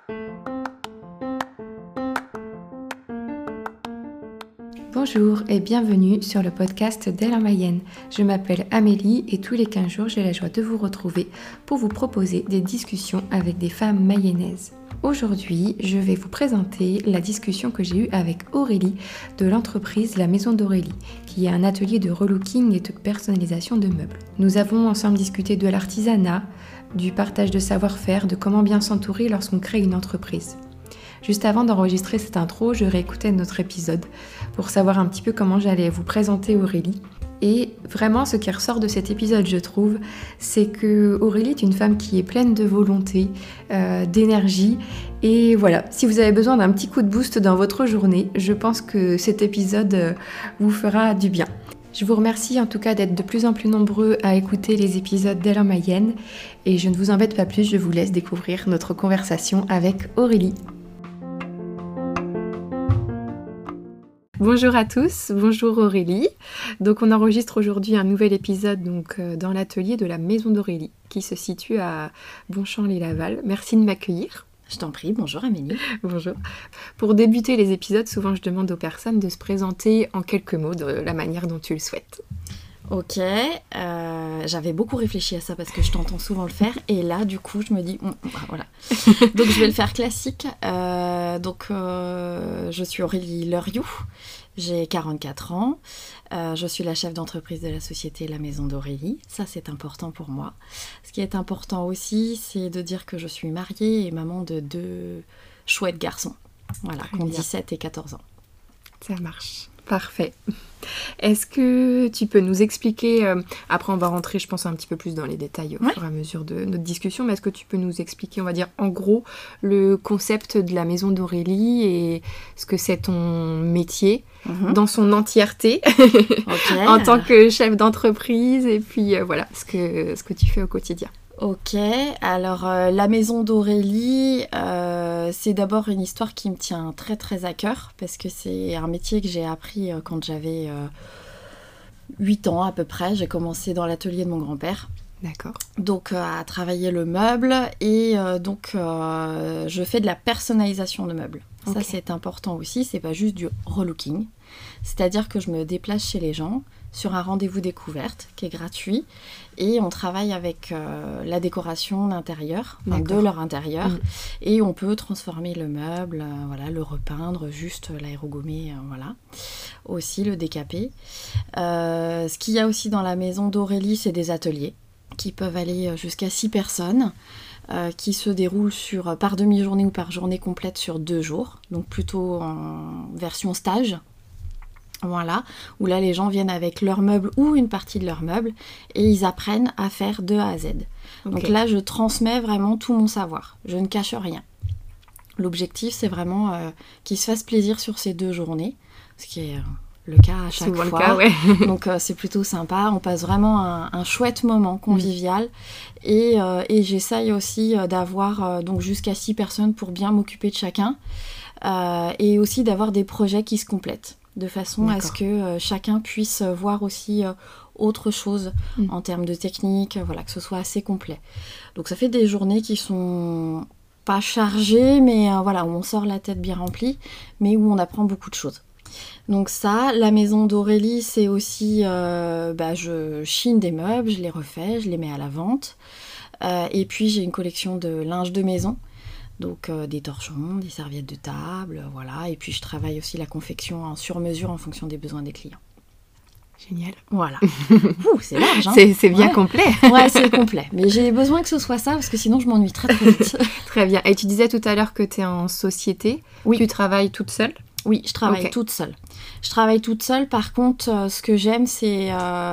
Bonjour et bienvenue sur le podcast d'Elle en Mayenne. Je m'appelle Amélie et tous les 15 jours, j'ai la joie de vous retrouver pour vous proposer des discussions avec des femmes mayennaises. Aujourd'hui, je vais vous présenter la discussion que j'ai eue avec Aurélie de l'entreprise La Maison d'Aurélie, qui est un atelier de relooking et de personnalisation de meubles. Nous avons ensemble discuté de l'artisanat, du partage de savoir-faire, de comment bien s'entourer lorsqu'on crée une entreprise. Juste avant d'enregistrer cette intro, je réécoutais notre épisode pour savoir un petit peu comment j'allais vous présenter Aurélie. Et vraiment, ce qui ressort de cet épisode, je trouve, c'est que Aurélie est une femme qui est pleine de volonté, d'énergie. Et voilà, si vous avez besoin d'un petit coup de boost dans votre journée, je pense que cet épisode vous fera du bien. Je vous remercie en tout cas d'être de plus en plus nombreux à écouter les épisodes d'Elle en Mayenne. Et je ne vous embête pas plus, je vous laisse découvrir notre conversation avec Aurélie. Bonjour à tous, bonjour Aurélie. Donc on enregistre aujourd'hui un nouvel épisode dans l'atelier de la Maison d'Aurélie qui se situe à Bonchamp-lès-Laval. Merci de m'accueillir. Je t'en prie, bonjour Amélie. Bonjour. Pour débuter les épisodes, souvent je demande aux personnes de se présenter en quelques mots de la manière dont tu le souhaites. Ok, j'avais beaucoup réfléchi à ça parce que je t'entends souvent le faire et là du coup je me dis voilà. Donc je vais le faire classique. Je suis Aurélie Leriou, j'ai 44 ans, je suis la chef d'entreprise de la société La Maison d'Aurélie, ça c'est important pour moi. Ce qui est important aussi c'est de dire que je suis mariée et maman de 2 chouettes garçons, voilà, qui ont 17 et 14 ans. Ça marche. Parfait. Est-ce que tu peux nous expliquer, après on va rentrer je pense un petit peu plus dans les détails au fur et à mesure de notre discussion, mais est-ce que tu peux nous expliquer, on va dire en gros, le concept de la Maison d'Aurélie et ce que c'est ton métier dans son entièreté en tant que chef d'entreprise et puis voilà, ce que tu fais au quotidien. Ok, alors la Maison d'Aurélie, c'est d'abord une histoire qui me tient très très à cœur parce que c'est un métier que j'ai appris quand j'avais 8 ans à peu près. J'ai commencé dans l'atelier de mon grand-père. D'accord. Donc à travailler le meuble et je fais de la personnalisation de meubles. Okay. Ça c'est important aussi, c'est pas juste du relooking. C'est-à-dire que je me déplace chez les gens sur un rendez-vous découverte qui est gratuit et on travaille avec la décoration d'intérieur, de leur intérieur et on peut transformer le meuble, le repeindre, juste l'aérogommer, aussi le décaper. Ce qu'il y a aussi dans la Maison d'Aurélie, c'est des ateliers qui peuvent aller jusqu'à 6 personnes. Qui se déroule par demi-journée ou par journée complète sur 2 jours, donc plutôt en version stage. Voilà, où là les gens viennent avec leurs meubles ou une partie de leurs meubles et ils apprennent à faire de A à Z. Okay. Donc là je transmets vraiment tout mon savoir, je ne cache rien. L'objectif c'est vraiment qu'ils se fassent plaisir sur ces 2 journées, ce qui est le cas à chaque fois. Le cas, ouais. Donc c'est plutôt sympa, on passe vraiment un chouette moment convivial et j'essaye aussi d'avoir donc jusqu'à 6 personnes pour bien m'occuper de chacun et aussi d'avoir des projets qui se complètent de façon à ce que chacun puisse voir aussi autre chose en termes de technique, que ce soit assez complet. Donc ça fait des journées qui sont pas chargées, mais où on sort la tête bien remplie, mais où on apprend beaucoup de choses. Donc ça, la Maison d'Aurélie, c'est aussi, je chine des meubles, je les refais, je les mets à la vente. Et puis j'ai une collection de linge de maison, donc des torchons, des serviettes de table, voilà. Et puis je travaille aussi la confection en sur-mesure en fonction des besoins des clients. Génial. Voilà. C'est large, hein. C'est bien complet. Ouais, c'est complet. Mais j'ai besoin que ce soit ça, parce que sinon je m'ennuie très très vite. Très bien. Et tu disais tout à l'heure que tu es en société. Oui. Tu travailles toute seule ? Oui, je travaille toute seule. Je travaille toute seule. Par contre, ce que j'aime, c'est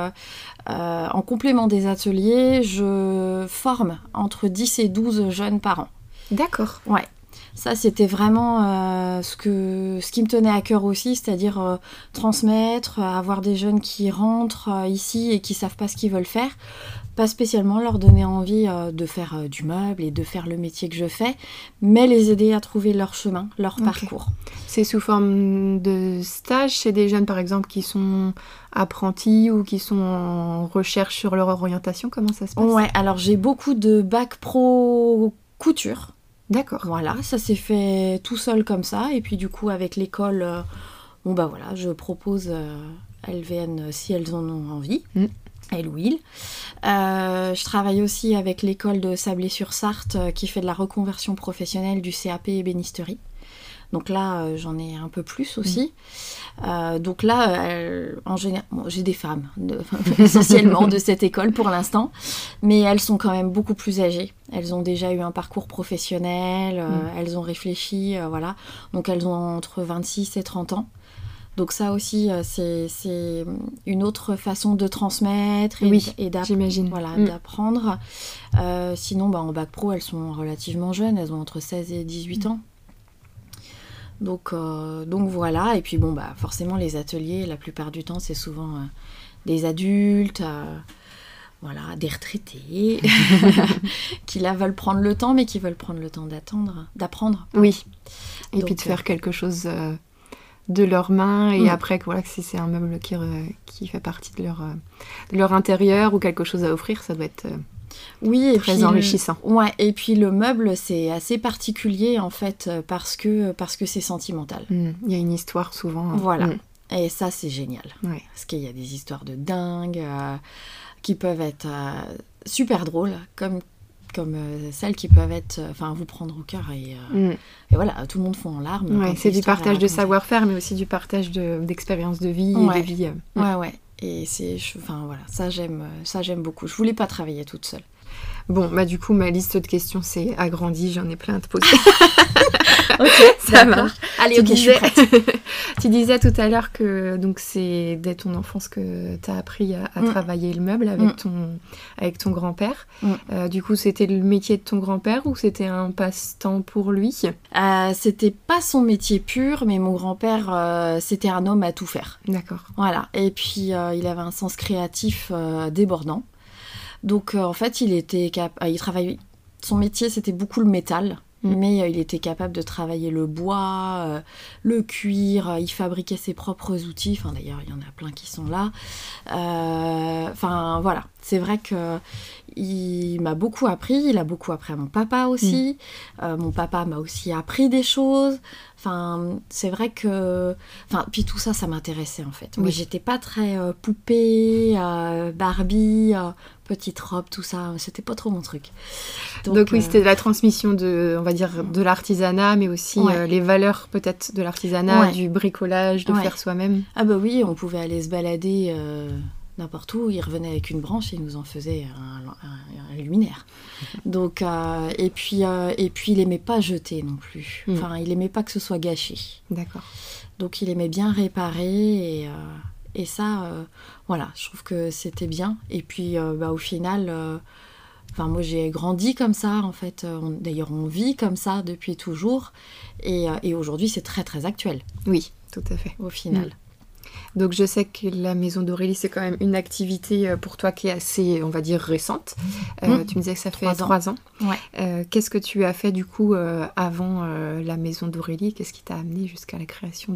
en complément des ateliers, je forme entre 10 et 12 jeunes par an. D'accord. Ouais. Ça, c'était vraiment ce qui me tenait à cœur aussi, c'est-à-dire transmettre, avoir des jeunes qui rentrent ici et qui ne savent pas ce qu'ils veulent faire. Pas spécialement leur donner envie de faire du meuble et de faire le métier que je fais, mais les aider à trouver leur chemin, leur parcours. C'est sous forme de stage chez des jeunes, par exemple, qui sont apprentis ou qui sont en recherche sur leur orientation. Comment ça se passe ? Ouais, alors j'ai beaucoup de bac pro couture. D'accord. Voilà, ça s'est fait tout seul comme ça. Et puis du coup, avec l'école, je propose elles viennent si elles en ont envie. Elle ou il. Je travaille aussi avec l'école de Sablé-sur-Sarthe qui fait de la reconversion professionnelle du CAP ébénisterie. Donc là, j'en ai un peu plus aussi. Donc là, en général, j'ai des femmes, essentiellement de cette école pour l'instant, mais elles sont quand même beaucoup plus âgées. Elles ont déjà eu un parcours professionnel, elles ont réfléchi, voilà. Donc elles ont entre 26 et 30 ans. Donc ça aussi, c'est une autre façon de transmettre j'imagine. Voilà, d'apprendre. Sinon, en bac pro, elles sont relativement jeunes, elles ont entre 16 et 18 ans. Donc voilà, et puis forcément les ateliers, la plupart du temps, c'est souvent des adultes, des retraités, qui là veulent prendre le temps, mais qui veulent prendre le temps d'apprendre. Oui, et puis de faire quelque chose de leurs mains, et après que si c'est un meuble qui fait partie de leur intérieur ou quelque chose à offrir, ça doit être... très enrichissant. Et puis le meuble, c'est assez particulier en fait parce que c'est sentimental. Il y a une histoire souvent. Voilà. Et ça, c'est génial. Parce qu'il y a des histoires de dingue qui peuvent être super drôles, comme celles qui peuvent être, vous prendre au cœur et voilà, tout le monde fond en larmes. C'est du partage de savoir-faire, mais aussi du partage d'expériences de vie et de vie. Et ça j'aime beaucoup. Je voulais pas travailler toute seule. Bon, du coup, ma liste de questions s'est agrandie, j'en ai plein à te poser. Ok, ça marche. Allez, je suis prête. Tu disais tout à l'heure que donc, c'est dès ton enfance que tu as appris à travailler le meuble avec ton grand-père. Du coup, c'était le métier de ton grand-père ou c'était un passe-temps pour lui ? C'était pas son métier pur, mais mon grand-père, c'était un homme à tout faire. D'accord. Voilà. Et puis, il avait un sens créatif débordant. Donc, en fait, il travaillait... Son métier, c'était beaucoup le métal. Mais il était capable de travailler le bois, le cuir, il fabriquait ses propres outils. D'ailleurs, il y en a plein qui sont là. Voilà. C'est vrai qu'il m'a beaucoup appris. Il a beaucoup appris à mon papa aussi. Mon papa m'a aussi appris des choses. C'est vrai que... puis tout ça, ça m'intéressait en fait. Moi, j'étais pas très poupée, Barbie... petite robe, tout ça, c'était pas trop mon truc. Donc oui, c'était de la transmission de l'artisanat, mais aussi les valeurs peut-être de l'artisanat, du bricolage, de faire soi-même. Ah bah oui, on pouvait aller se balader n'importe où, il revenait avec une branche et il nous en faisait un luminaire. Donc, et puis il aimait pas jeter non plus. Il aimait pas que ce soit gâché. D'accord. Donc il aimait bien réparer et ça, je trouve que c'était bien. Et puis, au final, moi, j'ai grandi comme ça, en fait. D'ailleurs, on vit comme ça depuis toujours. Et aujourd'hui, c'est très, très actuel. Oui, tout à fait. Au final. Donc, je sais que la Maison d'Aurélie, c'est quand même une activité pour toi qui est assez, on va dire, récente. Tu me disais que ça fait 3 ans. Ouais. Qu'est-ce que tu as fait, du coup, avant la Maison d'Aurélie ? Qu'est-ce qui t'a amené jusqu'à la création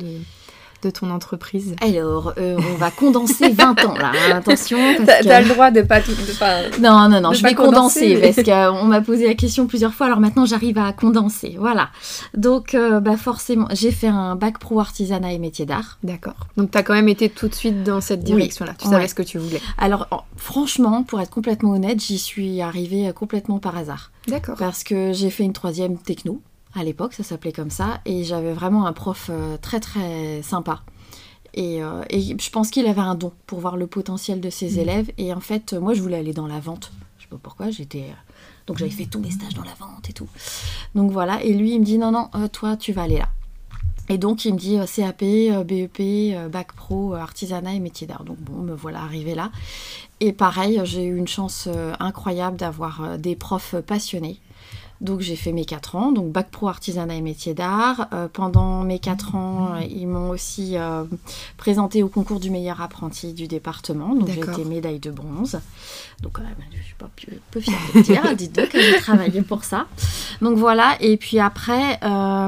de ton entreprise ? Alors, on va condenser 20 ans, là. Attention. T'as le droit de pas tout... Non, je vais condenser, parce qu'on m'a posé la question plusieurs fois, alors maintenant j'arrive à condenser, voilà. Donc, forcément, j'ai fait un bac pro artisanat et métiers d'art. D'accord. Donc, t'as quand même été tout de suite dans cette direction-là. Tu savais ce que tu voulais. Alors, franchement, pour être complètement honnête, j'y suis arrivée complètement par hasard. D'accord. Parce que j'ai fait une 3e techno. À l'époque, ça s'appelait comme ça, et j'avais vraiment un prof très très sympa. Et je pense qu'il avait un don pour voir le potentiel de ses élèves. Et en fait, moi, je voulais aller dans la vente. Je sais pas pourquoi, donc j'avais fait tous mes stages dans la vente et tout. Donc voilà, et lui, il me dit, non, toi, tu vas aller là. Et donc, il me dit CAP, BEP, Bac Pro, Artisanat et Métiers d'Art. Donc bon, me voilà arrivée là. Et pareil, j'ai eu une chance incroyable d'avoir des profs passionnés. Donc j'ai fait mes 4 ans, donc bac pro artisanat et métiers d'art. Pendant mes 4 ans, ils m'ont aussi présenté au concours du meilleur apprenti du département. Donc j'ai été médaille de bronze. Donc je suis pas peu fière de dire, dites-donc que j'ai travaillé pour ça. Donc voilà, et puis après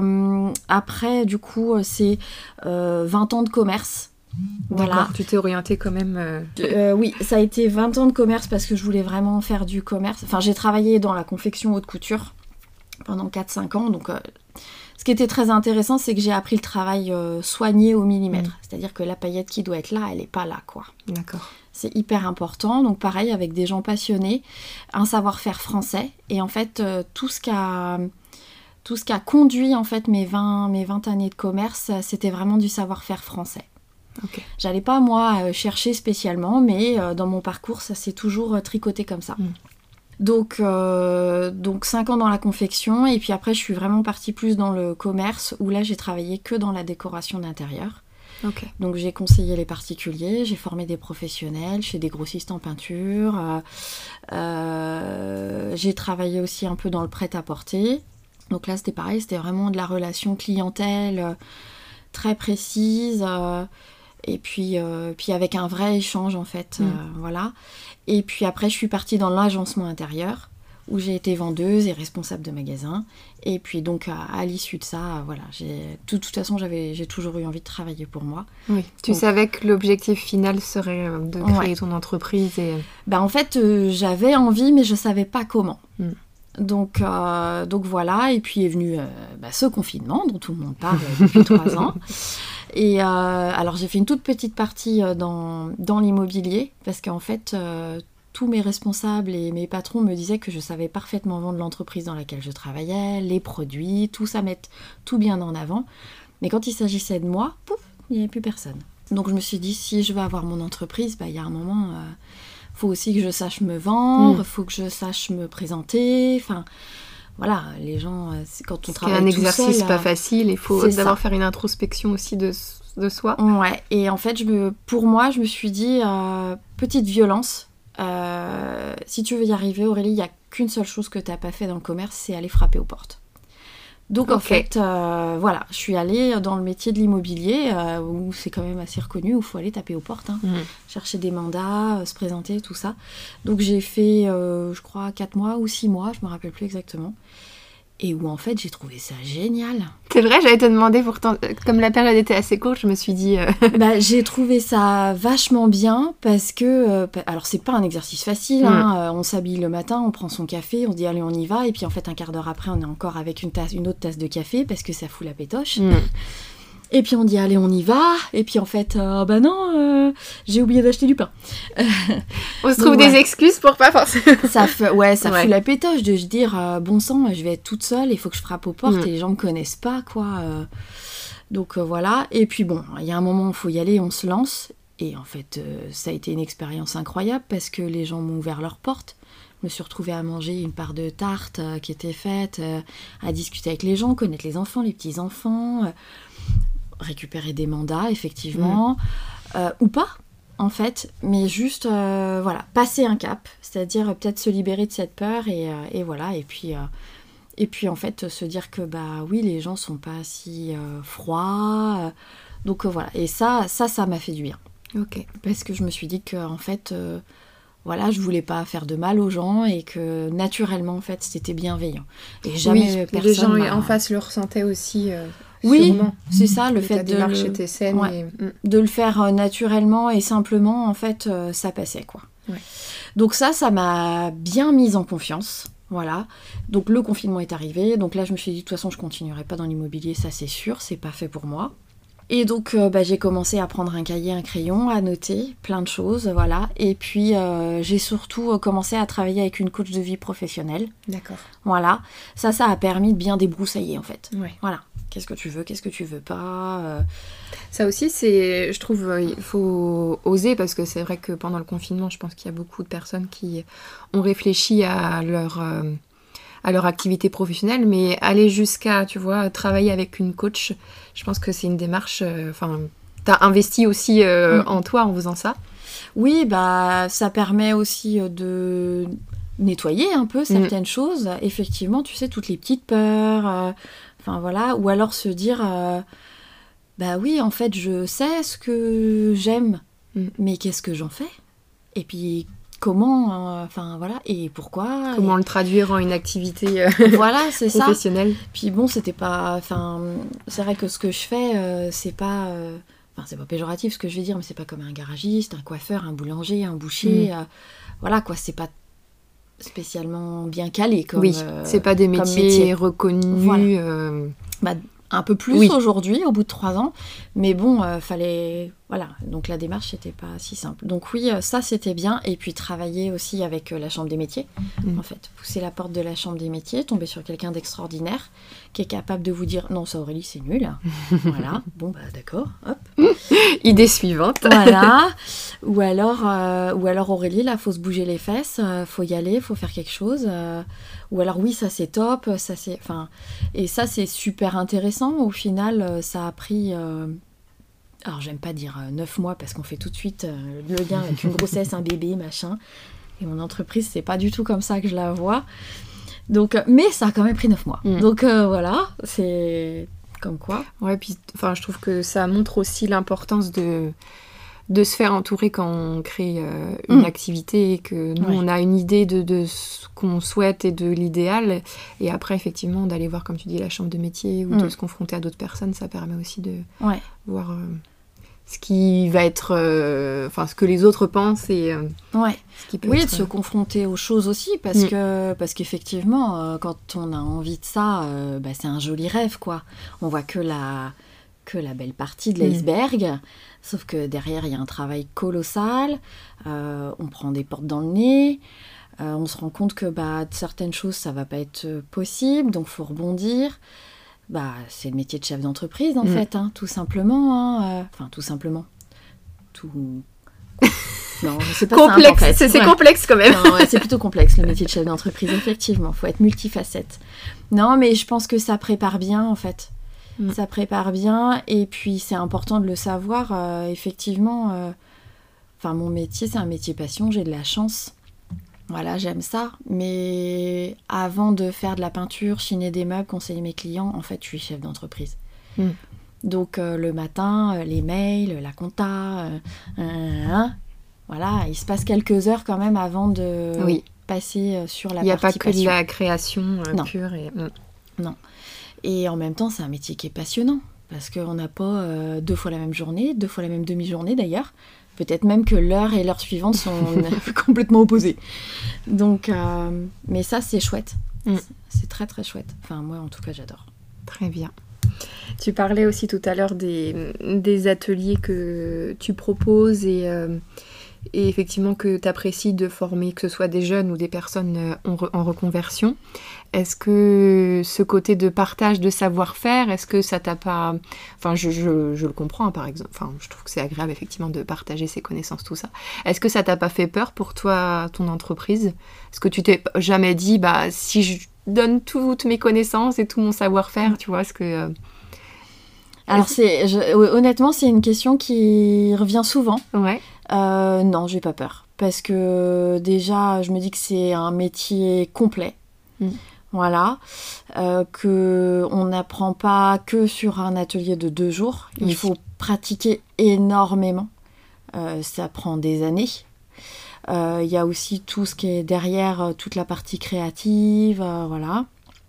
du coup, c'est 20 ans de commerce. Voilà. D'accord, tu t'es orientée quand même... Oui, ça a été 20 ans de commerce parce que je voulais vraiment faire du commerce. Enfin, j'ai travaillé dans la confection haute couture. pendant 4-5 ans. Donc, ce qui était très intéressant, c'est que j'ai appris le travail soigné au millimètre. C'est-à-dire que la paillette qui doit être là, elle n'est pas là, quoi. D'accord. C'est hyper important. Donc, pareil, avec des gens passionnés, un savoir-faire français. Et en fait, tout ce qui a conduit en fait mes 20 années de commerce, c'était vraiment du savoir-faire français. Okay. J'allais pas moi chercher spécialement, mais dans mon parcours ça s'est toujours tricoté comme ça. Donc 5 ans dans la confection, et puis après je suis vraiment partie plus dans le commerce, où là j'ai travaillé que dans la décoration d'intérieur. Okay. Donc j'ai conseillé les particuliers, j'ai formé des professionnels chez des grossistes en peinture, j'ai travaillé aussi un peu dans le prêt-à-porter. Donc là c'était pareil, c'était vraiment de la relation clientèle très précise, et puis avec un vrai échange en fait, voilà. Et puis après je suis partie dans l'agencement intérieur, où j'ai été vendeuse et responsable de magasin. Et puis donc à l'issue de ça, voilà, de toute façon j'ai toujours eu envie de travailler pour moi. Oui. Tu savais que l'objectif final serait de créer ton entreprise et... En fait j'avais envie, mais je savais pas comment. Donc voilà, et puis est venu ce confinement dont tout le monde parle depuis 3 ans. Et alors j'ai fait une toute petite partie dans l'immobilier, parce qu'en fait tous mes responsables et mes patrons me disaient que je savais parfaitement vendre l'entreprise dans laquelle je travaillais, les produits, tout ça, mettre tout bien en avant. Mais quand il s'agissait de moi, pouf, il n'y avait plus personne. Donc je me suis dit, si je veux avoir mon entreprise, il y a un moment... faut aussi que je sache me vendre, faut que je sache me présenter, enfin voilà, les gens, quand on travaille tout seul... C'est un exercice pas facile, il faut d'abord faire une introspection aussi de soi. Ouais, et en fait, pour moi, je me suis dit, petite violence, si tu veux y arriver, Aurélie, il n'y a qu'une seule chose que tu n'as pas fait dans le commerce, c'est aller frapper aux portes. Donc en fait, voilà, je suis allée dans le métier de l'immobilier, où c'est quand même assez reconnu, où il faut aller taper aux portes, chercher des mandats, se présenter, tout ça. Donc j'ai fait, je crois, 4 mois ou 6 mois, je me rappelle plus exactement. Et où en fait, j'ai trouvé ça génial. C'est vrai, j'allais te demander, pourtant, comme la période était assez courte, je me suis dit... j'ai trouvé ça vachement bien, parce que... alors, c'est pas un exercice facile, on s'habille le matin, on prend son café, on se dit allez, on y va, et puis en fait, un quart d'heure après, on est encore avec une autre tasse de café, parce que ça fout la pétoche. Et puis on dit allez, on y va, et puis en fait, non, j'ai oublié d'acheter du pain. On se trouve des excuses pour pas forcément... ça fout la pétoche de se dire, bon sang, je vais être toute seule, il faut que je frappe aux portes, et les gens me connaissent pas, quoi. Donc voilà, et puis bon, il y a un moment où il faut y aller, on se lance, et en fait, ça a été une expérience incroyable, parce que les gens m'ont ouvert leurs portes. Je me suis retrouvée à manger une part de tarte qui était faite, à discuter avec les gens, connaître les enfants, les petits-enfants... récupérer des mandats, effectivement, ou pas, en fait, mais juste, voilà, passer un cap, c'est-à-dire peut-être se libérer de cette peur, et voilà, et puis en fait, se dire que, oui, les gens sont pas si froids, donc voilà, et ça m'a fait du bien. Ok. Parce que je me suis dit que, en fait, voilà, je voulais pas faire de mal aux gens, et que, naturellement, en fait, c'était bienveillant. Et jamais personne... Les gens en face le ressentaient aussi... Oui, sûrement. C'est ça, le fait de le faire naturellement et simplement, en fait, ça passait, quoi. Ouais. Donc ça m'a bien mise en confiance, voilà. Donc le confinement est arrivé, donc là je me suis dit, de toute façon je continuerai pas dans l'immobilier, ça c'est sûr, c'est pas fait pour moi. Et donc j'ai commencé à prendre un cahier, un crayon, à noter plein de choses, voilà. Et puis j'ai surtout commencé à travailler avec une coach de vie professionnelle. D'accord. Voilà, ça a permis de bien débroussailler, en fait. Ouais. Voilà. Qu'est-ce que tu veux pas Ça aussi, je trouve, il faut oser, parce que c'est vrai que pendant le confinement, je pense qu'il y a beaucoup de personnes qui ont réfléchi à leur activité professionnelle, mais aller jusqu'à, tu vois, travailler avec une coach, je pense que c'est une démarche... t'as investi aussi en toi en faisant ça. Oui, ça permet aussi de nettoyer un peu certaines choses. Effectivement, tu sais, toutes les petites peurs... voilà, ou alors se dire, oui, en fait, je sais ce que j'aime, mais qu'est-ce que j'en fais ? Et puis, comment, voilà, et pourquoi ? Comment le traduire en une activité voilà, c'est professionnelle. Ça. Puis bon, c'était pas, c'est vrai que ce que je fais, c'est pas péjoratif ce que je vais dire, mais c'est pas comme un garagiste, un coiffeur, un boulanger, un boucher, voilà, quoi, c'est pas spécialement bien calés. Oui, c'est pas des métiers reconnus. Voilà. Un peu plus aujourd'hui, au bout de 3 ans. Mais bon, fallait... Voilà, donc la démarche n'était pas si simple. Donc oui, ça, c'était bien. Et puis travailler aussi avec la Chambre des métiers. En fait, pousser la porte de la Chambre des métiers, tomber sur quelqu'un d'extraordinaire qui est capable de vous dire « Non, ça, Aurélie, c'est nul. » Voilà. Bon, bah d'accord, hop. Idée suivante. Voilà. Ou alors, Aurélie, là, faut se bouger les fesses, faut y aller, faut faire quelque chose. Ou alors, oui, ça, c'est top. Ça, c'est... Enfin, et ça, c'est super intéressant. Au final, ça a pris... Alors, j'aime pas dire 9 mois parce qu'on fait tout de suite le lien avec une grossesse, un bébé, machin. Et mon entreprise, c'est pas du tout comme ça que je la vois. Donc, mais ça a quand même pris 9 mois. Donc, voilà, c'est comme quoi. Ouais, puis je trouve que ça montre aussi l'importance de se faire entourer quand on crée une activité et que nous, on a une idée de ce qu'on souhaite et de l'idéal. Et après, effectivement, d'aller voir, comme tu dis, la chambre de métier ou de se confronter à d'autres personnes, ça permet aussi de voir ce qui va être... ce que les autres pensent et ce qui peut être... de se confronter aux choses aussi, parce qu'effectivement, quand on a envie de ça, c'est un joli rêve, quoi. On voit que la belle partie de l'iceberg, sauf que derrière, il y a un travail colossal, on prend des portes dans le nez, on se rend compte que certaines choses, ça va pas être possible, donc il faut rebondir. C'est le métier de chef d'entreprise, en fait, hein, tout simplement. Tout simplement. Non, c'est pas complexe, simple, en fait. C'est complexe quand même. Non, c'est plutôt complexe, le métier de chef d'entreprise, effectivement. Il faut être multifacette. Non, mais je pense que ça prépare bien, en fait. Ça prépare bien, et puis c'est important de le savoir. Effectivement, mon métier, c'est un métier passion, j'ai de la chance. Voilà, j'aime ça. Mais avant de faire de la peinture, chiner des meubles, conseiller mes clients, en fait, je suis chef d'entreprise. Donc, le matin, les mails, la compta, voilà, il se passe quelques heures quand même avant de passer sur la partie. Il n'y a pas que passion. de la création pure. Non. Et en même temps, c'est un métier qui est passionnant. Parce qu'on n'a pas 2 fois la même journée, 2 fois la même demi-journée d'ailleurs. Peut-être même que l'heure et l'heure suivante sont complètement opposées. Donc, mais ça, c'est chouette. C'est très, très chouette. Enfin, moi, en tout cas, j'adore. Très bien. Tu parlais aussi tout à l'heure des ateliers que tu proposes et effectivement que tu apprécies de former, que ce soit des jeunes ou des personnes en reconversion. Est-ce que ce côté de partage de savoir-faire, est-ce que ça t'a pas... je le comprends, par exemple. Je trouve que c'est agréable, effectivement, de partager ses connaissances, tout ça. Est-ce que ça t'a pas fait peur pour toi, ton entreprise ? Est-ce que tu t'es jamais dit, si je donne toutes mes connaissances et tout mon savoir-faire, tu vois, est-ce que... Alors, honnêtement, c'est une question qui revient souvent. Ouais. Non, j'ai pas peur. Parce que déjà, je me dis que c'est un métier complet. Voilà. Qu'on n'apprend pas que sur un atelier de 2 jours. Il faut pratiquer énormément. Ça prend des années. Il y a aussi tout ce qui est derrière, toute la partie créative. Voilà.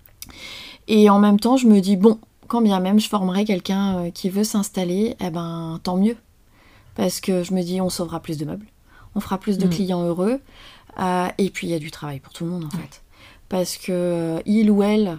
Et en même temps, je me dis, quand bien même je formerai quelqu'un qui veut s'installer, tant mieux. Parce que je me dis, on sauvera plus de meubles, on fera plus de clients heureux, et puis il y a du travail pour tout le monde, en fait. Parce que il ou elle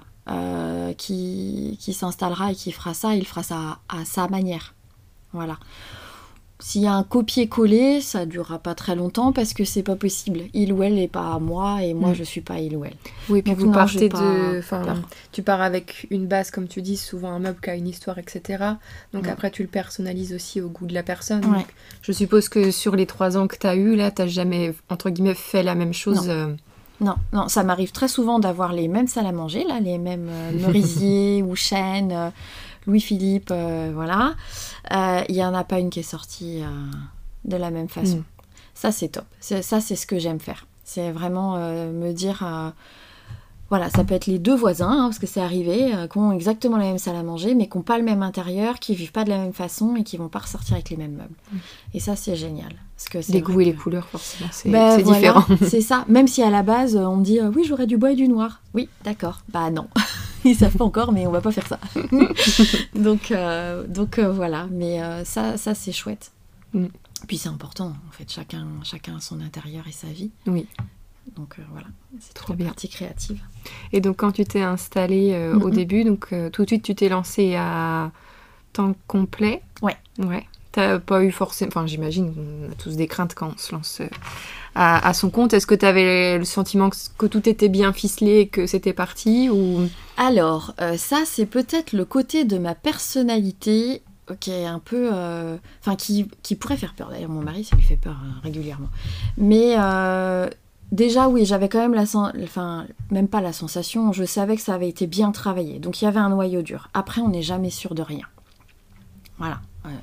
qui s'installera et qui fera ça, il fera ça à sa manière. Voilà. S'il y a un copier-coller, ça durera pas très longtemps parce que c'est pas possible. Il ou elle n'est pas moi et moi je suis pas il ou elle. Oui, puis vous partez tu pars avec une base, comme tu dis, souvent un meuble qui a une histoire, etc. Donc après tu le personnalises aussi au goût de la personne. Ouais. Donc, je suppose que sur les 3 ans que tu as eu, là, tu n'as jamais, entre guillemets, fait la même chose. Non, ça m'arrive très souvent d'avoir les mêmes salles à manger, là, les mêmes Merisier ou Chêne, Louis-Philippe, voilà. Il n'y en a pas une qui est sortie de la même façon. Ça, c'est top. C'est ce que j'aime faire. C'est vraiment me dire... voilà, ça peut être les 2 voisins, parce que c'est arrivé, qui ont exactement la même salle à manger, mais qui n'ont pas le même intérieur, qui ne vivent pas de la même façon et qui ne vont pas ressortir avec les mêmes meubles. Et ça, c'est génial. Parce que c'est les goûts et les couleurs, forcément, c'est voilà, différent. C'est ça. Même si à la base, on me dit « Oui, j'aurais du bois et du noir. » Oui, d'accord. Non. Ils savent pas encore, mais on va pas faire ça. donc voilà. Mais ça c'est chouette. Puis c'est important, en fait. Chacun a son intérieur et sa vie. Oui. Donc voilà, c'est trop la bien. partie créative. Et donc quand tu t'es installée au début, donc tout de suite tu t'es lancée à temps complet. Ouais. T'as pas eu forcément... Enfin, j'imagine qu'on a tous des craintes quand on se lance à son compte. Est-ce que t'avais le sentiment que tout était bien ficelé et que c'était parti ou... Alors, ça, c'est peut-être le côté de ma personnalité qui est un peu... Enfin, qui pourrait faire peur. D'ailleurs, mon mari, ça lui fait peur régulièrement. Mais déjà, oui, j'avais quand même même pas la sensation, je savais que ça avait été bien travaillé. Donc, il y avait un noyau dur. Après, on n'est jamais sûr de rien. Voilà.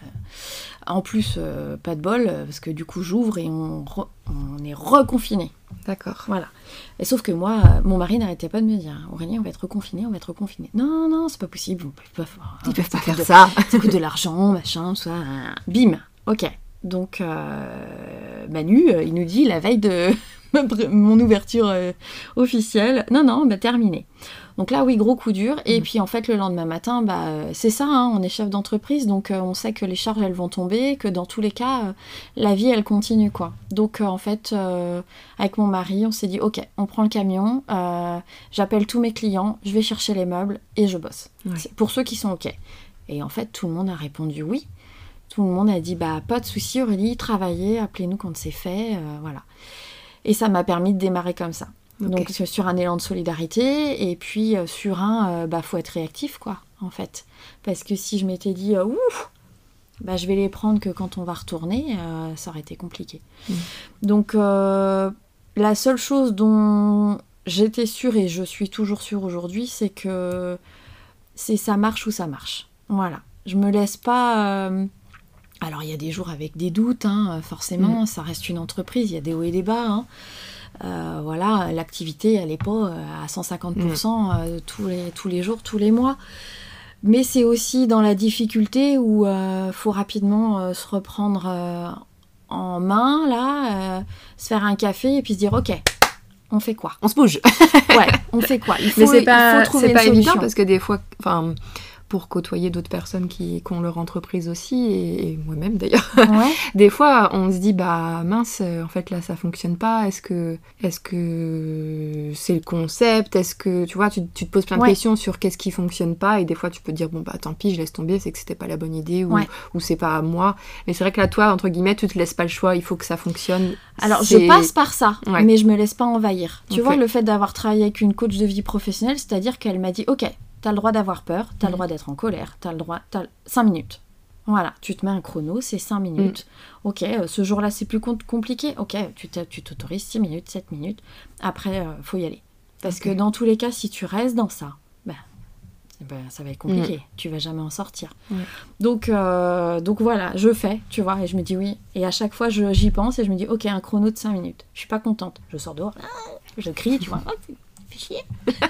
En plus, pas de bol, parce que du coup, j'ouvre et on est reconfiné. D'accord. Voilà. Et sauf que moi, mon mari n'arrêtait pas de me dire, Aurélie, on va être reconfiné. Non, c'est pas possible. Ils peuvent pas faire ça. Ça coûte de l'argent, machin, tout ça. Bim. Ok. Donc, Manu, il nous dit la veille de mon ouverture officielle, non, terminé. Donc là, oui, gros coup dur. Et puis, en fait, le lendemain matin, c'est ça, hein, on est chef d'entreprise, donc on sait que les charges, elles vont tomber, que dans tous les cas, la vie, elle continue, quoi. Donc, en fait, avec mon mari, on s'est dit, ok, on prend le camion, j'appelle tous mes clients, je vais chercher les meubles et je bosse. Ouais. C'est pour ceux qui sont ok. Et en fait, tout le monde a répondu oui. Tout le monde a dit, pas de souci, Aurélie, travaillez, appelez-nous quand c'est fait, voilà. Et ça m'a permis de démarrer comme ça. Okay. Donc sur un élan de solidarité et puis sur faut être réactif quoi en fait, parce que si je m'étais dit je vais les prendre que quand on va retourner, ça aurait été compliqué. Donc la seule chose dont j'étais sûre et je suis toujours sûre aujourd'hui, c'est que c'est ça marche ou ça marche. Voilà, je me laisse pas. Alors il y a des jours avec des doutes, hein, forcément, ça reste une entreprise, il y a des hauts et des bas. Hein. Voilà, l'activité, elle n'est pas à 150% tous les jours, tous les mois. Mais c'est aussi dans la difficulté où faut rapidement se reprendre en main, là, se faire un café et puis se dire, ok, on fait quoi ? On se bouge. Ouais, on fait quoi ? Mais c'est pas solution. Évident parce que des fois... pour côtoyer d'autres personnes qui ont leur entreprise aussi, et moi-même d'ailleurs. Ouais. Des fois, on se dit, mince, en fait là, ça fonctionne pas. Est-ce que c'est le concept ? Est-ce que, tu vois, tu te poses plein de questions sur qu'est-ce qui fonctionne pas, et des fois, tu peux te dire, tant pis, je laisse tomber, c'est que c'était pas la bonne idée, ou c'est pas à moi. Mais c'est vrai que là, toi, entre guillemets, tu te laisses pas le choix, il faut que ça fonctionne. Alors, je passe par ça, mais je me laisse pas envahir. Tu vois, le fait d'avoir travaillé avec une coach de vie professionnelle, c'est-à-dire qu'elle m'a dit, ok, t'as le droit d'avoir peur, t'as le droit d'être en colère, t'as 5 minutes. Voilà, tu te mets un chrono, c'est 5 minutes. Ok, ce jour-là, c'est plus compliqué. Ok, tu t'autorises 6 minutes, 7 minutes. Après, faut y aller. Parce que dans tous les cas, si tu restes dans ça, ça va être compliqué. Tu vas jamais en sortir. Donc voilà, je fais, tu vois, et je me dis oui. Et à chaque fois, j'y pense et je me dis, ok, un chrono de 5 minutes. Je suis pas contente. Je sors dehors, je crie, tu vois. Fais chier.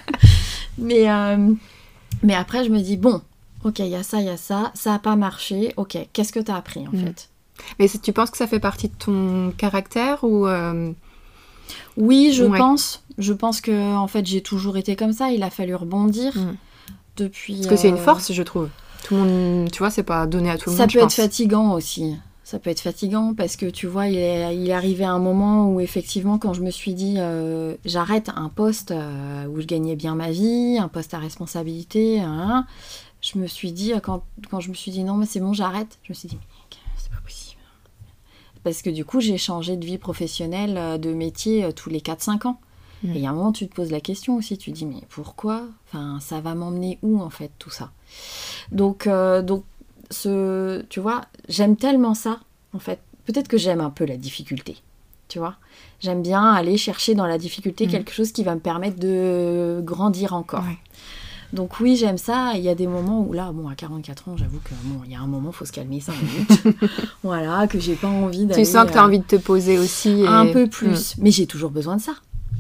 Mais après, je me dis, bon, ok, il y a ça a pas marché, ok, qu'est-ce que t'as appris, en fait ? Mais tu penses que ça fait partie de ton caractère, ou... Oui, je pense. Je pense que, en fait, j'ai toujours été comme ça, il a fallu rebondir depuis... Parce que c'est une force, je trouve. Tout le monde, tu vois, c'est pas donné à tout le monde, Ça peut être fatigant aussi. Ça peut être fatigant parce que, tu vois, il est arrivé un moment où, effectivement, quand je me suis dit, j'arrête un poste où je gagnais bien ma vie, un poste à responsabilité, je me suis dit, quand je me suis dit, non, mais c'est bon, j'arrête, je me suis dit, mais c'est pas possible. Parce que, du coup, j'ai changé de vie professionnelle, de métier tous les 4-5 ans. Et il y a un moment, tu te poses la question aussi, tu te dis, mais pourquoi ? Enfin, ça va m'emmener où, en fait, tout ça ? Donc tu vois, j'aime tellement ça, en fait. Peut-être que j'aime un peu la difficulté, tu vois. J'aime bien aller chercher dans la difficulté quelque chose qui va me permettre de grandir encore. Ouais. Donc oui, j'aime ça. Il y a des moments où là, à 44 ans, j'avoue que il y a un moment, il faut se calmer 5 minutes. Voilà, que j'ai pas envie d'aller... Tu sens que tu as envie de te poser aussi. Un peu plus. Mais j'ai toujours besoin de ça.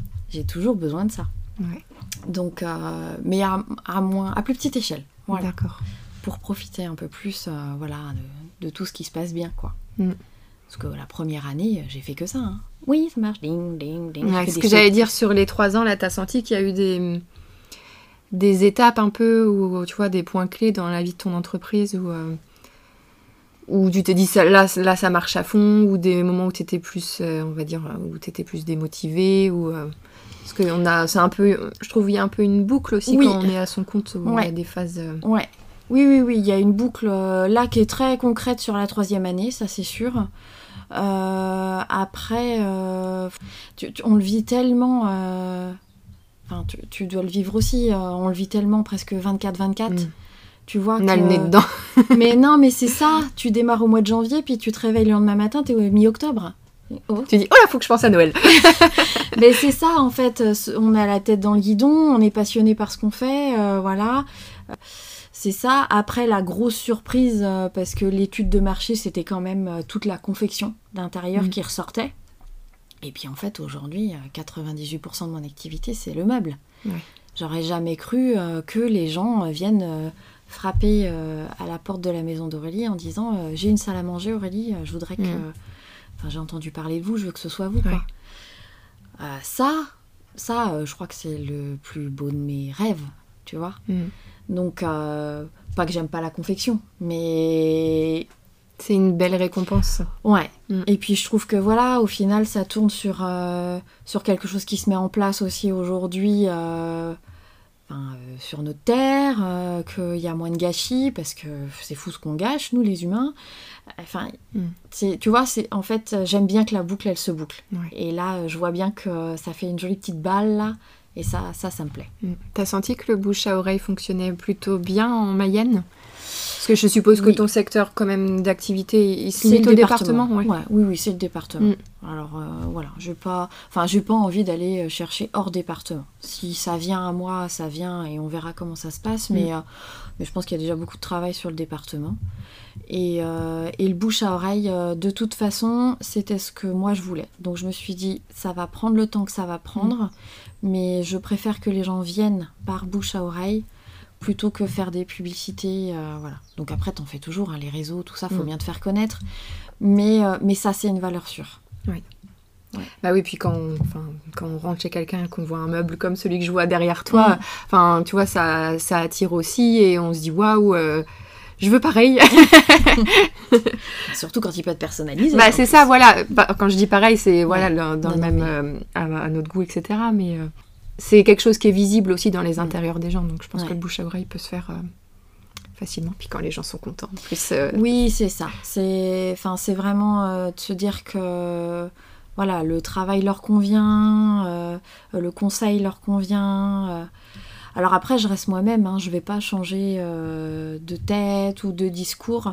Ouais. Donc, mais à plus petite échelle. Voilà. D'accord. Pour profiter un peu plus de tout ce qui se passe bien, quoi. Parce que la première année, j'ai fait que ça. Hein. Oui, ça marche, ding, ding, ding. Ouais, ce que j'allais dire, sur les 3 ans, là, t'as senti qu'il y a eu des étapes un peu, ou tu vois, des points clés dans la vie de ton entreprise, où tu t'es dit là ça marche à fond, ou des moments où tu étais plus, on va dire, où tu étais plus démotivée, ou parce que c'est un peu, je trouve il y a un peu une boucle aussi quand on est à son compte, où il y a des phases. Ouais. Oui, il y a une boucle là qui est très concrète sur la 3e année, ça c'est sûr. Après, on le vit tellement. Enfin, tu dois le vivre aussi. On le vit tellement presque 24/24. Tu vois on a le nez dedans. Mais non, mais c'est ça. Tu démarres au mois de janvier, puis tu te réveilles le lendemain matin, t'es au mi-octobre. Oh. Tu dis, oh là, faut que je pense à Noël. Mais c'est ça, en fait. On a la tête dans le guidon, on est passionné par ce qu'on fait, voilà. C'est ça. Après, la grosse surprise, parce que l'étude de marché, c'était quand même toute la confection d'intérieur qui ressortait. Et puis, en fait, aujourd'hui, 98% de mon activité, c'est le meuble. Ouais. J'aurais jamais cru que les gens viennent frapper à la porte de la maison d'Aurélie en disant « J'ai une salle à manger, Aurélie, je voudrais que... Enfin, j'ai entendu parler de vous, je veux que ce soit vous. » quoi. Ça, je crois que c'est le plus beau de mes rêves, tu vois. Donc, pas que j'aime pas la confection, mais... C'est une belle récompense. Ouais. Et puis, je trouve que, voilà, au final, ça tourne sur quelque chose qui se met en place aussi aujourd'hui... sur notre terre, qu'il y a moins de gâchis, parce que c'est fou ce qu'on gâche, nous les humains. Enfin, tu vois, en fait, j'aime bien que la boucle, elle se boucle. Ouais. Et là, je vois bien que ça fait une jolie petite balle, là, et ça me plaît. T'as senti que le bouche à oreille fonctionnait plutôt bien en Mayenne ? Parce que je suppose que ton secteur quand même d'activité, il se limite au département. Oui, c'est le département. Alors voilà, j'ai pas envie d'aller chercher hors département. Si ça vient à moi, ça vient et on verra comment ça se passe. Mais je pense qu'il y a déjà beaucoup de travail sur le département. Et le bouche à oreille, de toute façon, c'était ce que moi je voulais. Donc je me suis dit, ça va prendre le temps que ça va prendre, mais je préfère que les gens viennent par bouche à oreille plutôt que faire des publicités, voilà. Donc après, t'en fais toujours, hein, les réseaux, tout ça, faut bien te faire connaître. Mais ça, c'est une valeur sûre. Oui. Ouais. Bah oui, puis quand on rentre chez quelqu'un, qu'on voit un meuble comme celui que je vois derrière toi, tu vois, ça attire aussi, et on se dit, waouh, je veux pareil. Surtout quand il peut être personnalisé. Bah c'est ça, voilà. Quand je dis pareil, c'est voilà, dans le même, à notre goût, etc. Mais... c'est quelque chose qui est visible aussi dans les intérieurs des gens, donc je pense que le bouche à oreille peut se faire facilement, puis quand les gens sont contents. En plus, oui, c'est ça. C'est vraiment de se dire que voilà, le travail leur convient, le conseil leur convient. Alors après, je reste moi-même, hein, je vais pas changer de tête ou de discours.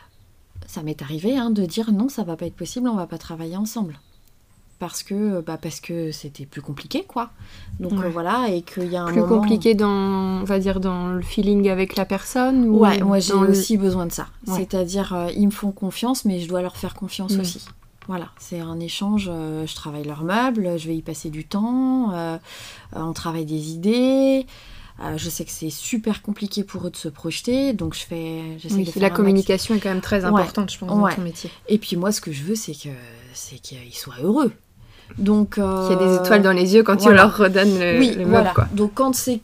Ça m'est arrivé de dire non, ça va pas être possible, on va pas travailler ensemble. Parce que c'était plus compliqué, quoi. Donc voilà, et qu'il y a un plus moment... compliqué on va dire, dans le feeling avec la personne ou Ouais, moi j'ai aussi besoin de ça. Ouais. C'est-à-dire, ils me font confiance, mais je dois leur faire confiance aussi. Voilà, c'est un échange, je travaille leurs meubles, je vais y passer du temps, on travaille des idées... je sais que c'est super compliqué pour eux de se projeter, donc j'essaie de faire la communication est quand même très importante, je pense, dans ton métier. Et puis moi, ce que je veux, c'est qu'ils soient heureux. Donc, qu'il y ait des étoiles dans les yeux quand tu leur redonnes le meuble, quoi. Donc quand c'est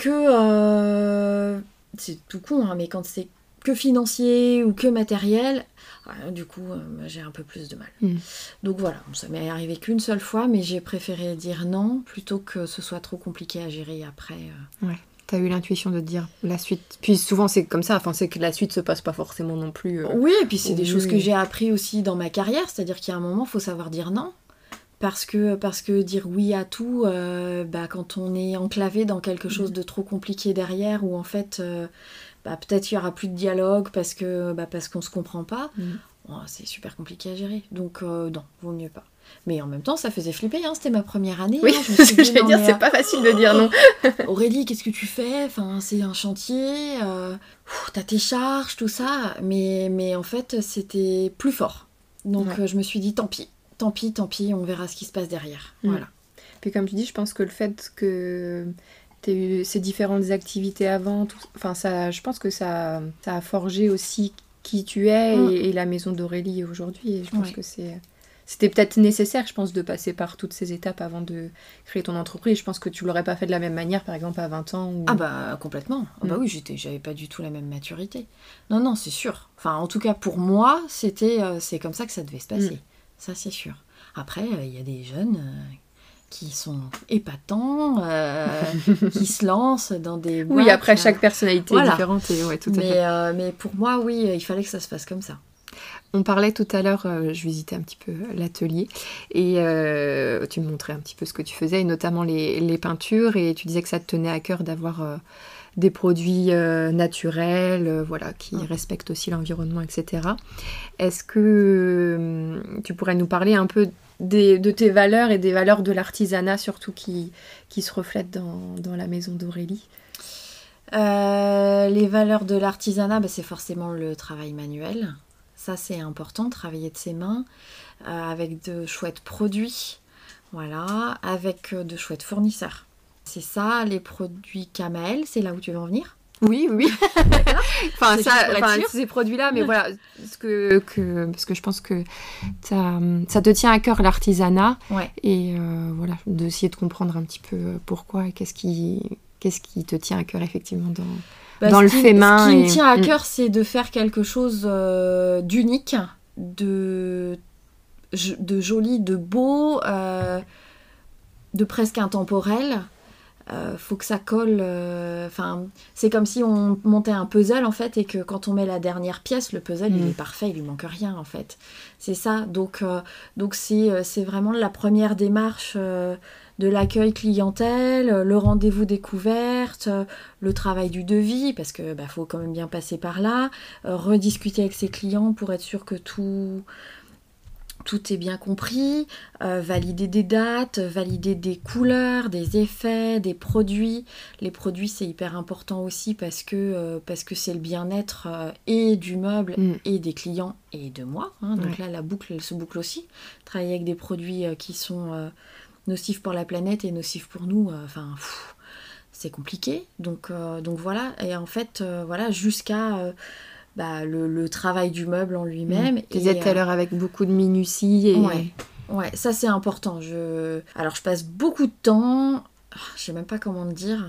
que... c'est tout con, mais quand c'est que financier ou que matériel, du coup, j'ai un peu plus de mal. Donc voilà, ça m'est arrivé qu'une seule fois, mais j'ai préféré dire non, plutôt que ce soit trop compliqué à gérer après. Ouais. T'as eu l'intuition de te dire la suite. Puis souvent c'est comme ça, c'est que la suite se passe pas forcément non plus. Oui, et puis c'est des choses que j'ai appris aussi dans ma carrière, c'est-à-dire qu'il y a un moment, il faut savoir dire non. Parce que dire oui à tout, quand on est enclavé dans quelque chose de trop compliqué derrière, où en fait, peut-être il y aura plus de dialogue parce qu'on se comprend pas, c'est super compliqué à gérer. Donc non, vaut mieux pas. Mais en même temps, ça faisait flipper, c'était ma première année. Oui, je me suis dit, c'est pas facile de dire non. Aurélie, qu'est-ce que tu fais ? C'est un chantier, t'as tes charges, tout ça. Mais en fait, c'était plus fort. Donc je me suis dit, tant pis, on verra ce qui se passe derrière. Voilà. Puis comme tu dis, je pense que le fait que tu aies eu ces différentes activités avant, je pense que ça a forgé aussi qui tu es et la maison d'Aurélie aujourd'hui. Et je pense que c'est c'était peut-être nécessaire, je pense, de passer par toutes ces étapes avant de créer ton entreprise. Je pense que tu l'aurais pas fait de la même manière, par exemple, à 20 ans. Ou... Ah bah complètement. Ah bah oui, j'avais pas du tout la même maturité. Non, c'est sûr. Enfin, en tout cas, pour moi, c'est comme ça que ça devait se passer. Ça, c'est sûr. Après, il y a des jeunes qui sont épatants, qui se lancent dans des boîtes. Oui, après, chaque personnalité est différente. Et, tout à fait. Mais pour moi, oui, il fallait que ça se fasse comme ça. On parlait tout à l'heure, je visitais un petit peu l'atelier et tu me montrais un petit peu ce que tu faisais, et notamment les peintures, et tu disais que ça te tenait à cœur d'avoir des produits naturels, qui respectent aussi l'environnement, etc. Est-ce que tu pourrais nous parler un peu de tes valeurs et des valeurs de l'artisanat, surtout qui se reflètent dans la maison d'Aurélie? Les valeurs de l'artisanat, c'est forcément le travail manuel. Ça, c'est important, travailler de ses mains, avec de chouettes produits, avec de chouettes fournisseurs. C'est ça, les produits Kamael, c'est là où tu veux en venir? Oui. Ces produits-là, mais voilà, parce que je pense que ça te tient à cœur l'artisanat, et d'essayer de comprendre un petit peu pourquoi et qu'est-ce qui te tient à cœur effectivement dans le fait main. Ce qui me tient à cœur, c'est de faire quelque chose d'unique, de joli, de beau, de presque intemporel. Faut que ça colle. C'est comme si on montait un puzzle en fait, et que quand on met la dernière pièce, le puzzle il est parfait, il lui manque rien en fait. C'est ça. Donc c'est vraiment la première démarche de l'accueil clientèle, le rendez-vous découverte, le travail du devis, parce que faut quand même bien passer par là, rediscuter avec ses clients pour être sûr que tout est bien compris, valider des dates, valider des couleurs, des effets, des produits. Les produits, c'est hyper important aussi parce que c'est le bien-être et du meuble et des clients et de moi. Donc là, la boucle, elle se boucle aussi. Travailler avec des produits qui sont nocifs pour la planète et nocifs pour nous, c'est compliqué. Donc voilà. Et en fait, jusqu'à... le travail du meuble en lui-même. Tu disais tout à l'heure avec beaucoup de minutie. Ouais, ça c'est important. Alors je passe beaucoup de temps, je sais même pas comment te dire.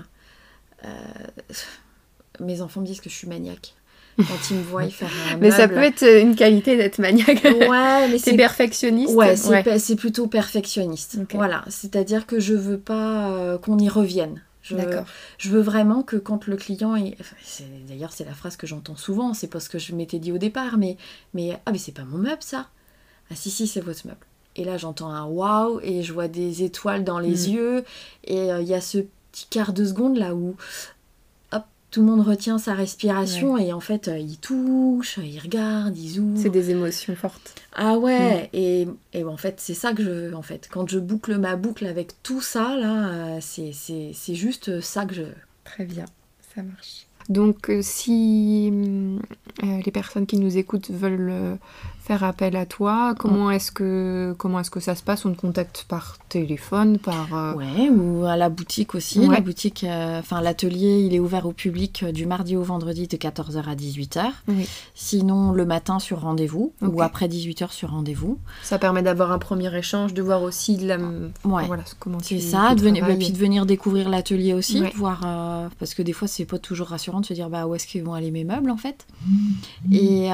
Mes enfants me disent que je suis maniaque quand ils me voient faire un meuble. Mais ça peut être une qualité d'être maniaque. Ouais, mais c'est perfectionniste. Ouais, c'est plutôt perfectionniste. Okay. Voilà, c'est-à-dire que je veux pas qu'on y revienne. Je veux vraiment que quand le client est... D'ailleurs, c'est la phrase que j'entends souvent, c'est pas ce que je m'étais dit au départ, mais c'est pas mon meuble, ça. Ah si, c'est votre meuble. Et là, j'entends un waouh, et je vois des étoiles dans les yeux, et il y a ce petit quart de seconde là où tout le monde retient sa respiration, et en fait, il touche, il regarde, il zoome. C'est des émotions fortes. Ah ouais, et en fait, c'est ça que je veux, en fait. Quand je boucle ma boucle avec tout ça, là, c'est juste ça que je veux. Très bien, ça marche. Donc, si les personnes qui nous écoutent veulent faire appel à toi, comment est-ce que ça se passe? On te contacte par téléphone, Ouais, ou à la boutique aussi. Ouais. La boutique, l'atelier, il est ouvert au public du mardi au vendredi de 14h à 18h. Oui. Sinon, le matin sur rendez-vous, ou après 18h sur rendez-vous. Ça permet d'avoir un premier échange, de voir aussi comment c'est ça, puis de venir découvrir l'atelier aussi, de voir, parce que des fois, c'est pas toujours rassurant de se dire où est-ce qu'ils vont aller mes meubles en fait. Et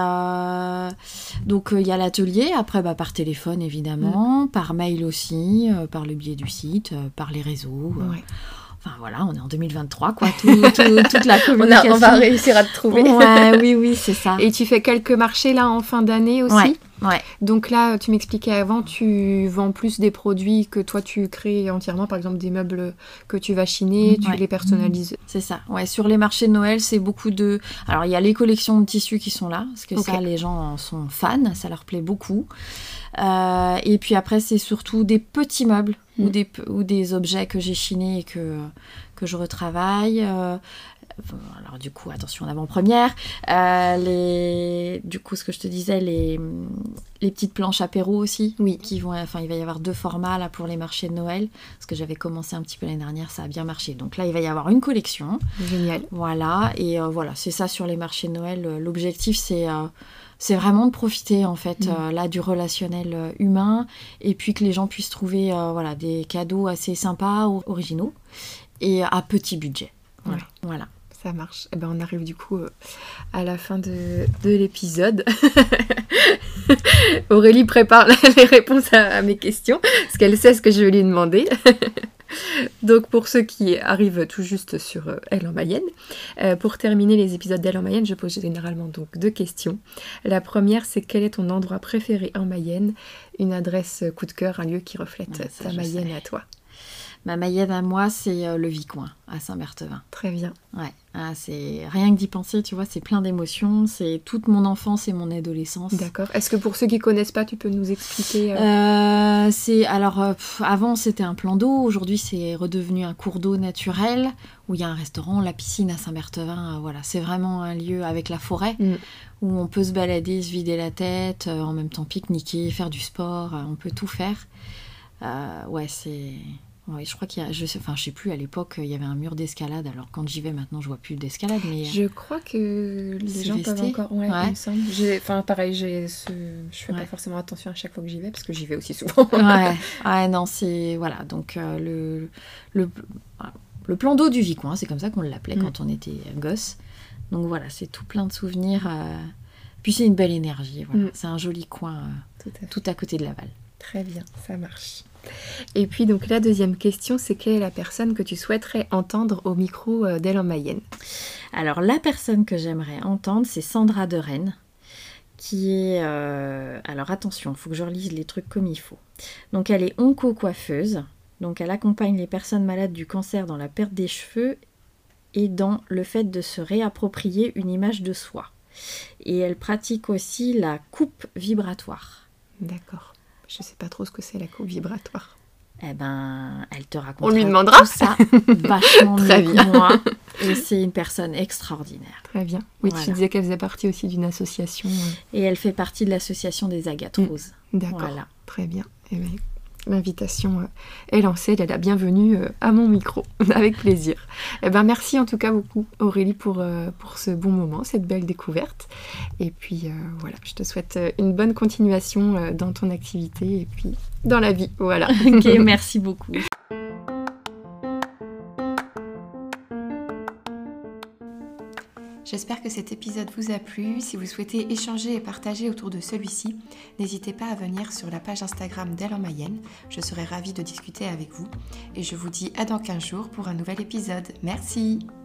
donc il y a l'atelier, après par téléphone évidemment, par mail aussi, par le biais du site, par les réseaux. Enfin voilà, on est en 2023 quoi, toute la communication. On va réussir à te trouver. Oui, c'est ça. Et tu fais quelques marchés là en fin d'année aussi. Ouais. Donc là, tu m'expliquais avant, tu vends plus des produits que toi tu crées entièrement, par exemple des meubles que tu vas chiner, tu les personnalises. C'est ça. Ouais, sur les marchés de Noël, c'est beaucoup de... Alors il y a les collections de tissus qui sont là, parce que ça, les gens en sont fans, ça leur plaît beaucoup. Et puis après, c'est surtout des petits meubles ou des objets que j'ai chinés et que je retravaille. Alors du coup, attention en avant-première, du coup ce que je te disais, les petites planches apéro aussi, qui vont, il va y avoir 2 formats là pour les marchés de Noël, parce que j'avais commencé un petit peu l'année dernière, ça a bien marché, donc là il va y avoir une collection. Génial. Voilà, et c'est ça sur les marchés de Noël, l'objectif c'est C'est vraiment de profiter en fait là du relationnel humain et puis que les gens puissent trouver des cadeaux assez sympas, originaux et à petit budget. Voilà. Ça marche. Et ben on arrive du coup à la fin de l'épisode. Aurélie prépare les réponses à mes questions parce qu'elle sait ce que je vais lui demander. Donc pour ceux qui arrivent tout juste sur Elle en Mayenne, pour terminer les épisodes d'Elle en Mayenne, je pose généralement donc 2 questions. La première, c'est quel est ton endroit préféré en Mayenne? Une adresse coup de cœur, un lieu qui reflète ta Mayenne à toi. Ma Mayenne à moi, c'est le Vicoin, à Saint-Berthevin. Très bien. Ouais, c'est rien que d'y penser, tu vois, c'est plein d'émotions, c'est toute mon enfance et mon adolescence. D'accord. Est-ce que pour ceux qui connaissent pas, tu peux nous expliquer Avant, c'était un plan d'eau, aujourd'hui, c'est redevenu un cours d'eau naturel, où il y a un restaurant, la piscine à Saint-Berthevin, c'est vraiment un lieu avec la forêt, où on peut se balader, se vider la tête, en même temps pique-niquer, faire du sport, on peut tout faire. Oui, je crois qu'il y a... Je sais plus, à l'époque, il y avait un mur d'escalade. Alors, quand j'y vais maintenant, je vois plus d'escalade, mais... Je crois que les gens peuvent encore... Ouais, il me semble. Pareil, je fais pas forcément attention à chaque fois que j'y vais, parce que j'y vais aussi souvent. Non, c'est... Voilà, donc le plan d'eau du Vicoin, c'est comme ça qu'on l'appelait quand on était gosse. Donc voilà, c'est tout plein de souvenirs. Puis c'est une belle énergie, voilà. C'est un joli coin tout à côté de Laval. Très bien, ça marche. Et puis donc la deuxième question, c'est quelle est la personne que tu souhaiterais entendre au micro d'Elle en Mayenne? Alors la personne que j'aimerais entendre, c'est Sandra de Rennes, qui est... Alors attention, il faut que je relise les trucs comme il faut. Donc elle est onco-coiffeuse, donc elle accompagne les personnes malades du cancer dans la perte des cheveux et dans le fait de se réapproprier une image de soi. Et elle pratique aussi la coupe vibratoire. D'accord. Je sais pas trop ce que c'est la coupe vibratoire. Eh ben, elle te racontera. On lui demandera tout ça vachement mieux que moi. Et c'est une personne extraordinaire. Très bien. Oui, voilà. Tu disais qu'elle faisait partie aussi d'une association. Et elle fait partie de l'association des Agates Roses. D'accord. Voilà. Très bien. Eh bien, l'invitation est lancée. Elle est la bienvenue à mon micro. Avec plaisir. Eh ben, merci en tout cas beaucoup, Aurélie, pour ce bon moment, cette belle découverte. Et puis, voilà, je te souhaite une bonne continuation dans ton activité et puis dans la vie. Voilà. Ok, merci beaucoup. J'espère que cet épisode vous a plu. Si vous souhaitez échanger et partager autour de celui-ci, n'hésitez pas à venir sur la page Instagram d'Elle en Mayenne. Je serai ravie de discuter avec vous. Et je vous dis à dans 15 jours pour un nouvel épisode. Merci!